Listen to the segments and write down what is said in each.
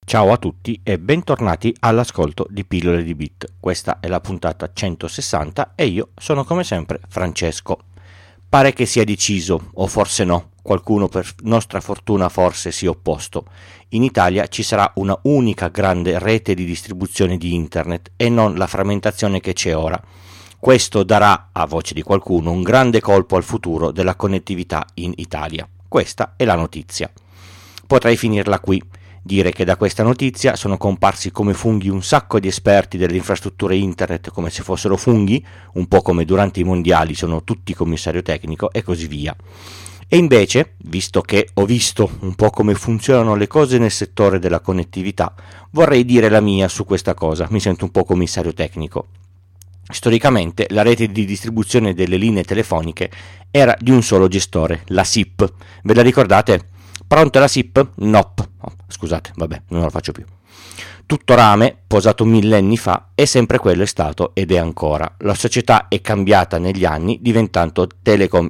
Ciao a tutti e bentornati all'ascolto di Pillole di Bit. Questa è la puntata 160 e io sono come sempre Francesco. Pare che sia deciso, o forse no, qualcuno per nostra fortuna forse si è opposto. In Italia ci sarà una unica grande rete di distribuzione di internet e non la frammentazione che c'è ora. Questo darà, a voce di qualcuno, un grande colpo al futuro della connettività in Italia. Questa è la notizia. Potrei finirla qui. Dire che da questa notizia sono comparsi come funghi un sacco di esperti delle infrastrutture internet come se fossero funghi, un po' come durante i mondiali sono tutti commissario tecnico e così via. E invece, visto che ho visto un po' come funzionano le cose nel settore della connettività, vorrei dire la mia su questa cosa, mi sento un po' commissario tecnico. Storicamente la rete di distribuzione delle linee telefoniche era di un solo gestore, la SIP. Ve la ricordate? Pronto la SIP? Nope. Oh, scusate, vabbè, non lo faccio più. Tutto rame, posato millenni fa, è sempre quello è stato ed è ancora. La società è cambiata negli anni, diventando Telecom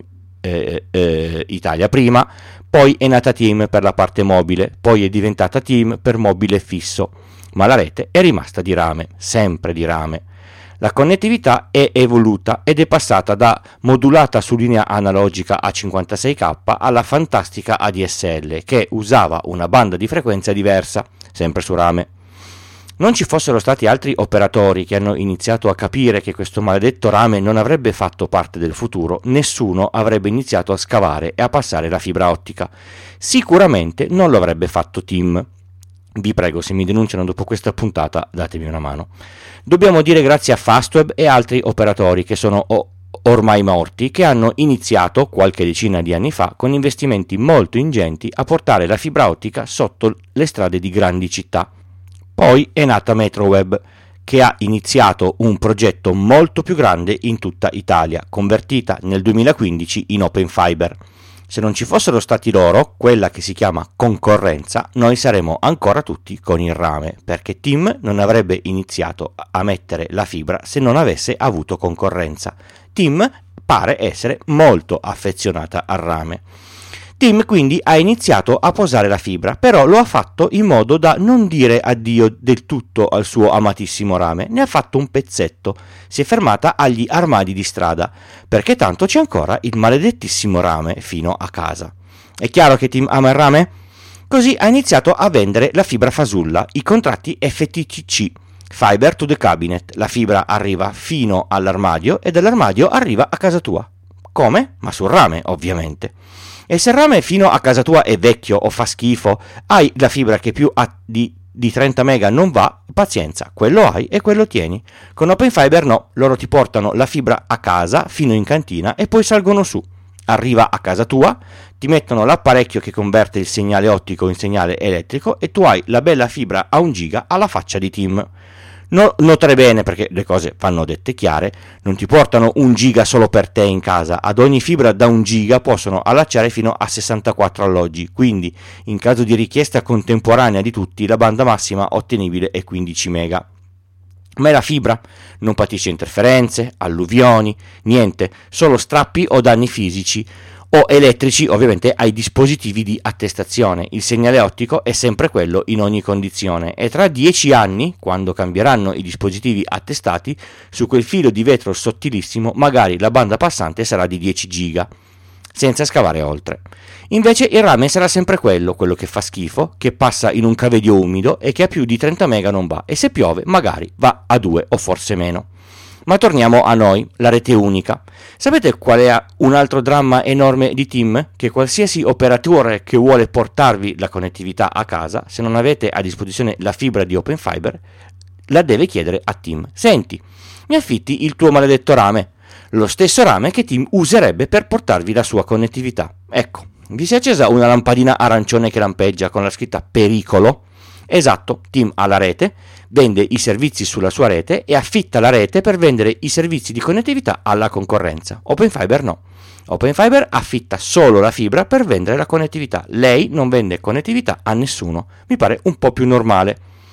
Italia prima, poi è nata TIM per la parte mobile, poi è diventata TIM per mobile fisso, ma la rete è rimasta di rame, sempre di rame. La connettività è evoluta ed è passata da modulata su linea analogica a 56K alla fantastica ADSL, che usava una banda di frequenza diversa, sempre su rame. Non ci fossero stati altri operatori che hanno iniziato a capire che questo maledetto rame non avrebbe fatto parte del futuro, nessuno avrebbe iniziato a scavare e a passare la fibra ottica. Sicuramente non lo avrebbe fatto TIM. Vi prego, se mi denunciano dopo questa puntata, datemi una mano. Dobbiamo dire grazie a Fastweb e altri operatori che sono ormai morti, che hanno iniziato qualche decina di anni fa con investimenti molto ingenti a portare la fibra ottica sotto le strade di grandi città. Poi è nata Metroweb, che ha iniziato un progetto molto più grande in tutta Italia, convertita nel 2015 in Open Fiber. Se non ci fossero stati loro, quella che si chiama concorrenza, noi saremmo ancora tutti con il rame, perché TIM non avrebbe iniziato a mettere la fibra se non avesse avuto concorrenza. TIM pare essere molto affezionata al rame. TIM quindi ha iniziato a posare la fibra, però lo ha fatto in modo da non dire addio del tutto al suo amatissimo rame, ne ha fatto un pezzetto, si è fermata agli armadi di strada, perché tanto c'è ancora il maledettissimo rame fino a casa. È chiaro che TIM ama il rame? Così ha iniziato a vendere la fibra fasulla, i contratti FTTC, Fiber to the Cabinet, la fibra arriva fino all'armadio e dall'armadio arriva a casa tua. Come? Ma sul rame, ovviamente. E se il rame fino a casa tua è vecchio o fa schifo, hai la fibra che più di 30 mega non va, pazienza, quello hai e quello tieni. Con Open Fiber no, loro ti portano la fibra a casa fino in cantina e poi salgono su. Arriva a casa tua, ti mettono l'apparecchio che converte il segnale ottico in segnale elettrico e tu hai la bella fibra a 1 giga alla faccia di TIM. Notare bene, perché le cose vanno dette chiare, non ti portano 1 giga solo per te in casa, ad ogni fibra da 1 giga possono allacciare fino a 64 alloggi, quindi in caso di richiesta contemporanea di tutti la banda massima ottenibile è 15 mega. Ma è la fibra, non patisce interferenze, alluvioni, niente, solo strappi o danni fisici o elettrici ovviamente ai dispositivi di attestazione. Il segnale ottico è sempre quello in ogni condizione e tra 10 anni, quando cambieranno i dispositivi attestati, su quel filo di vetro sottilissimo magari la banda passante sarà di 10 giga, senza scavare oltre. Invece il rame sarà sempre quello che fa schifo, che passa in un cavedio umido e che a più di 30 mega non va, e se piove magari va a 2 o forse meno. Ma torniamo a noi, la rete unica. Sapete qual è un altro dramma enorme di TIM? Che qualsiasi operatore che vuole portarvi la connettività a casa, se non avete a disposizione la fibra di Open Fiber, la deve chiedere a TIM. Senti, mi affitti il tuo maledetto rame, lo stesso rame che TIM userebbe per portarvi la sua connettività. Ecco, vi si è accesa una lampadina arancione che lampeggia con la scritta pericolo? Esatto, TIM ha la rete, vende i servizi sulla sua rete e affitta la rete per vendere i servizi di connettività alla concorrenza. Open Fiber no. Open Fiber affitta solo la fibra per vendere la connettività. Lei non vende connettività a nessuno. Mi pare un po' più normale.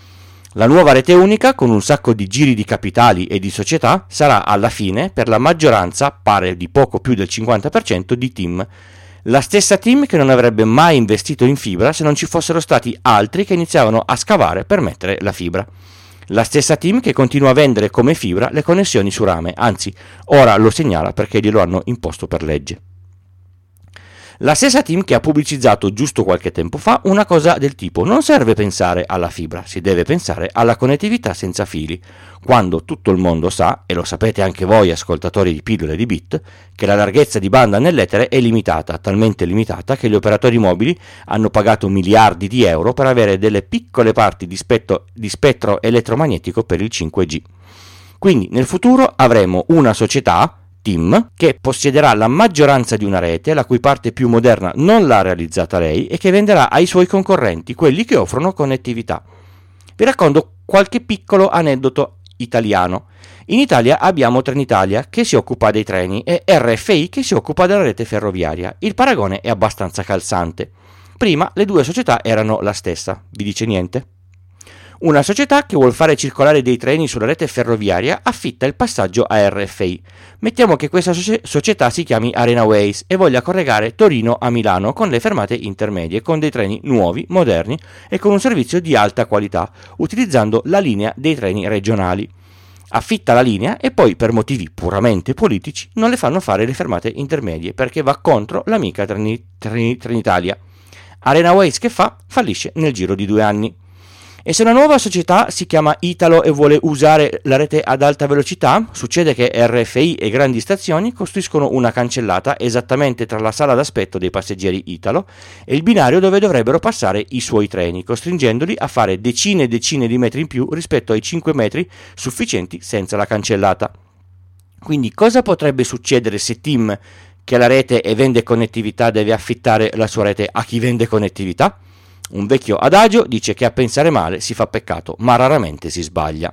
La nuova rete unica, con un sacco di giri di capitali e di società, sarà alla fine, per la maggioranza, pare di poco più del 50%, di TIM. La stessa TIM che non avrebbe mai investito in fibra se non ci fossero stati altri che iniziavano a scavare per mettere la fibra. La stessa TIM che continua a vendere come fibra le connessioni su rame, anzi, ora lo segnala perché glielo hanno imposto per legge. La stessa TIM che ha pubblicizzato giusto qualche tempo fa una cosa del tipo: non serve pensare alla fibra, si deve pensare alla connettività senza fili, quando tutto il mondo sa, e lo sapete anche voi ascoltatori di pillole di bit, che la larghezza di banda nell'etere è limitata, talmente limitata che gli operatori mobili hanno pagato miliardi di euro per avere delle piccole parti di spettro elettromagnetico per il 5G. Quindi nel futuro avremo una società, TIM, che possiederà la maggioranza di una rete la cui parte più moderna non l'ha realizzata lei e che venderà ai suoi concorrenti, quelli che offrono connettività. Vi racconto qualche piccolo aneddoto italiano. In Italia abbiamo Trenitalia che si occupa dei treni e RFI che si occupa della rete ferroviaria. Il paragone è abbastanza calzante. Prima le due società erano la stessa, vi dice niente? Una società che vuol fare circolare dei treni sulla rete ferroviaria affitta il passaggio a RFI. Mettiamo che questa società si chiami Arenaways e voglia collegare Torino a Milano con le fermate intermedie, con dei treni nuovi, moderni e con un servizio di alta qualità, utilizzando la linea dei treni regionali. Affitta la linea e poi, per motivi puramente politici, non le fanno fare le fermate intermedie perché va contro l'amica Trenitalia. Arenaways che fa? Fallisce nel giro di 2 anni. E se una nuova società si chiama Italo e vuole usare la rete ad alta velocità, succede che RFI e grandi stazioni costruiscono una cancellata esattamente tra la sala d'aspetto dei passeggeri Italo e il binario dove dovrebbero passare i suoi treni, costringendoli a fare decine e decine di metri in più rispetto ai 5 metri sufficienti senza la cancellata. Quindi cosa potrebbe succedere se TIM, che ha la rete e vende connettività, deve affittare la sua rete a chi vende connettività? Un vecchio adagio dice che a pensare male si fa peccato, ma raramente si sbaglia.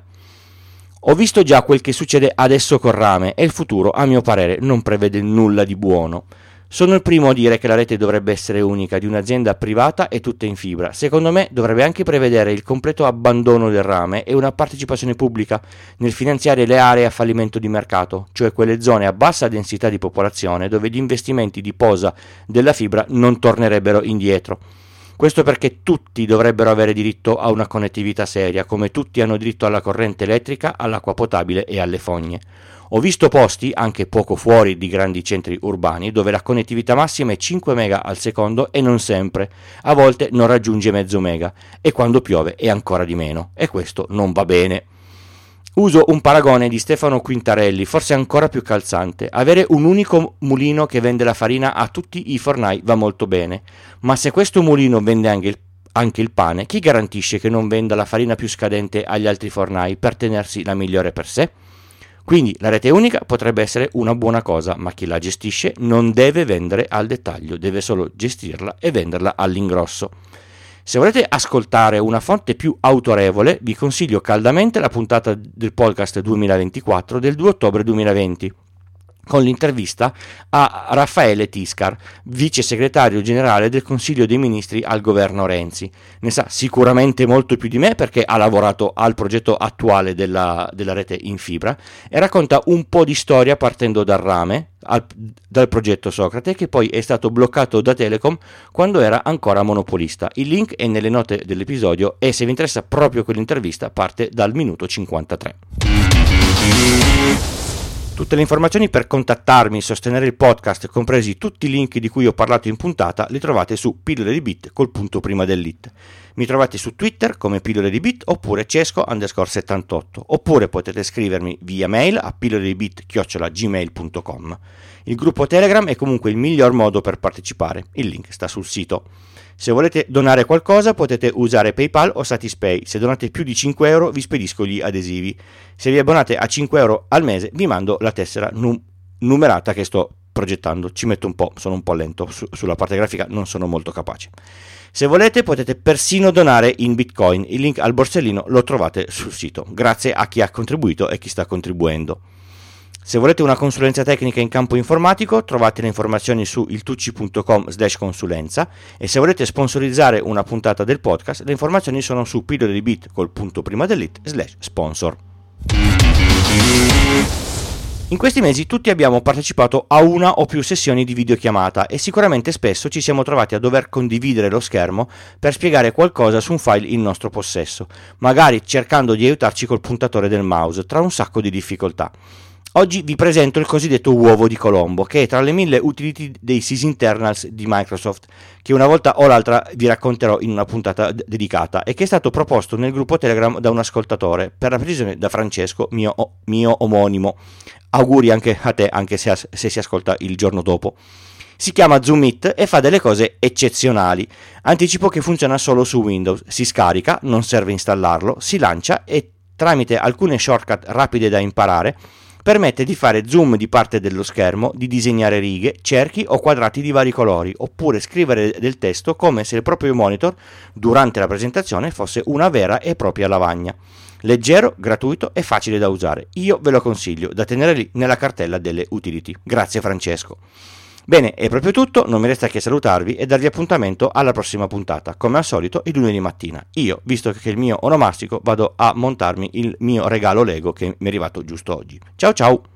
Ho visto già quel che succede adesso col rame e il futuro, a mio parere, non prevede nulla di buono. Sono il primo a dire che la rete dovrebbe essere unica, di un'azienda privata e tutta in fibra. Secondo me dovrebbe anche prevedere il completo abbandono del rame e una partecipazione pubblica nel finanziare le aree a fallimento di mercato, cioè quelle zone a bassa densità di popolazione dove gli investimenti di posa della fibra non tornerebbero indietro. Questo perché tutti dovrebbero avere diritto a una connettività seria, come tutti hanno diritto alla corrente elettrica, all'acqua potabile e alle fogne. Ho visto posti, anche poco fuori di grandi centri urbani, dove la connettività massima è 5 mega al secondo e non sempre, a volte non raggiunge mezzo mega, e quando piove è ancora di meno, e questo non va bene. Uso un paragone di Stefano Quintarelli, forse ancora più calzante. Avere un unico mulino che vende la farina a tutti i fornai va molto bene, ma se questo mulino vende anche il pane, chi garantisce che non venda la farina più scadente agli altri fornai per tenersi la migliore per sé? Quindi la rete unica potrebbe essere una buona cosa, ma chi la gestisce non deve vendere al dettaglio, deve solo gestirla e venderla all'ingrosso. Se volete ascoltare una fonte più autorevole, vi consiglio caldamente la puntata del podcast 2024 del 2 ottobre 2020, con l'intervista a Raffaele Tiscar, vice segretario generale del Consiglio dei Ministri al governo Renzi. Ne sa sicuramente molto più di me perché ha lavorato al progetto attuale della rete in fibra e racconta un po' di storia partendo dal rame, dal progetto Socrate, che poi è stato bloccato da Telecom quando era ancora monopolista. Il link è nelle note dell'episodio e se vi interessa proprio quell'intervista parte dal minuto 53. Tutte le informazioni per contattarmi e sostenere il podcast, compresi tutti i link di cui ho parlato in puntata, li trovate su Pillole di Bit col punto prima dell'it. Mi trovate su Twitter come Pillole di Bit oppure Cesco_78, oppure potete scrivermi via mail a pilloledibit@gmail.com. Il gruppo Telegram è comunque il miglior modo per partecipare, il link sta sul sito. Se volete donare qualcosa potete usare PayPal o Satispay. Se donate più di 5 euro vi spedisco gli adesivi. Se vi abbonate a 5 euro al mese vi mando la tessera numerata che sto progettando. Ci metto un po', sono un po' lento sulla parte grafica, non sono molto capace. Se volete potete persino donare in Bitcoin. Il link al borsellino lo trovate sul sito. Grazie a chi ha contribuito e chi sta contribuendo. Se volete una consulenza tecnica in campo informatico trovate le informazioni su iltucci.com/consulenza e se volete sponsorizzare una puntata del podcast le informazioni sono su Pillole di Bit col punto prima dell'it /sponsor. In questi mesi tutti abbiamo partecipato a una o più sessioni di videochiamata e sicuramente spesso ci siamo trovati a dover condividere lo schermo per spiegare qualcosa su un file in nostro possesso, magari cercando di aiutarci col puntatore del mouse, tra un sacco di difficoltà. Oggi vi presento il cosiddetto uovo di Colombo, che è tra le 1000 utility dei sysinternals di Microsoft, che una volta o l'altra vi racconterò in una puntata dedicata, e che è stato proposto nel gruppo Telegram da un ascoltatore, per la precisione da Francesco, mio omonimo. Auguri anche a te, anche se si ascolta il giorno dopo. Si chiama Zoom Meet e fa delle cose eccezionali. Anticipo che funziona solo su Windows, si scarica, non serve installarlo, si lancia e tramite alcune shortcut rapide da imparare permette di fare zoom di parte dello schermo, di disegnare righe, cerchi o quadrati di vari colori, oppure scrivere del testo come se il proprio monitor, durante la presentazione, fosse una vera e propria lavagna. Leggero, gratuito e facile da usare. Io ve lo consiglio, da tenere lì nella cartella delle utility. Grazie Francesco. Bene, è proprio tutto, non mi resta che salutarvi e darvi appuntamento alla prossima puntata, come al solito il lunedì mattina. Io, visto che è il mio onomastico, vado a montarmi il mio regalo Lego che mi è arrivato giusto oggi. Ciao ciao!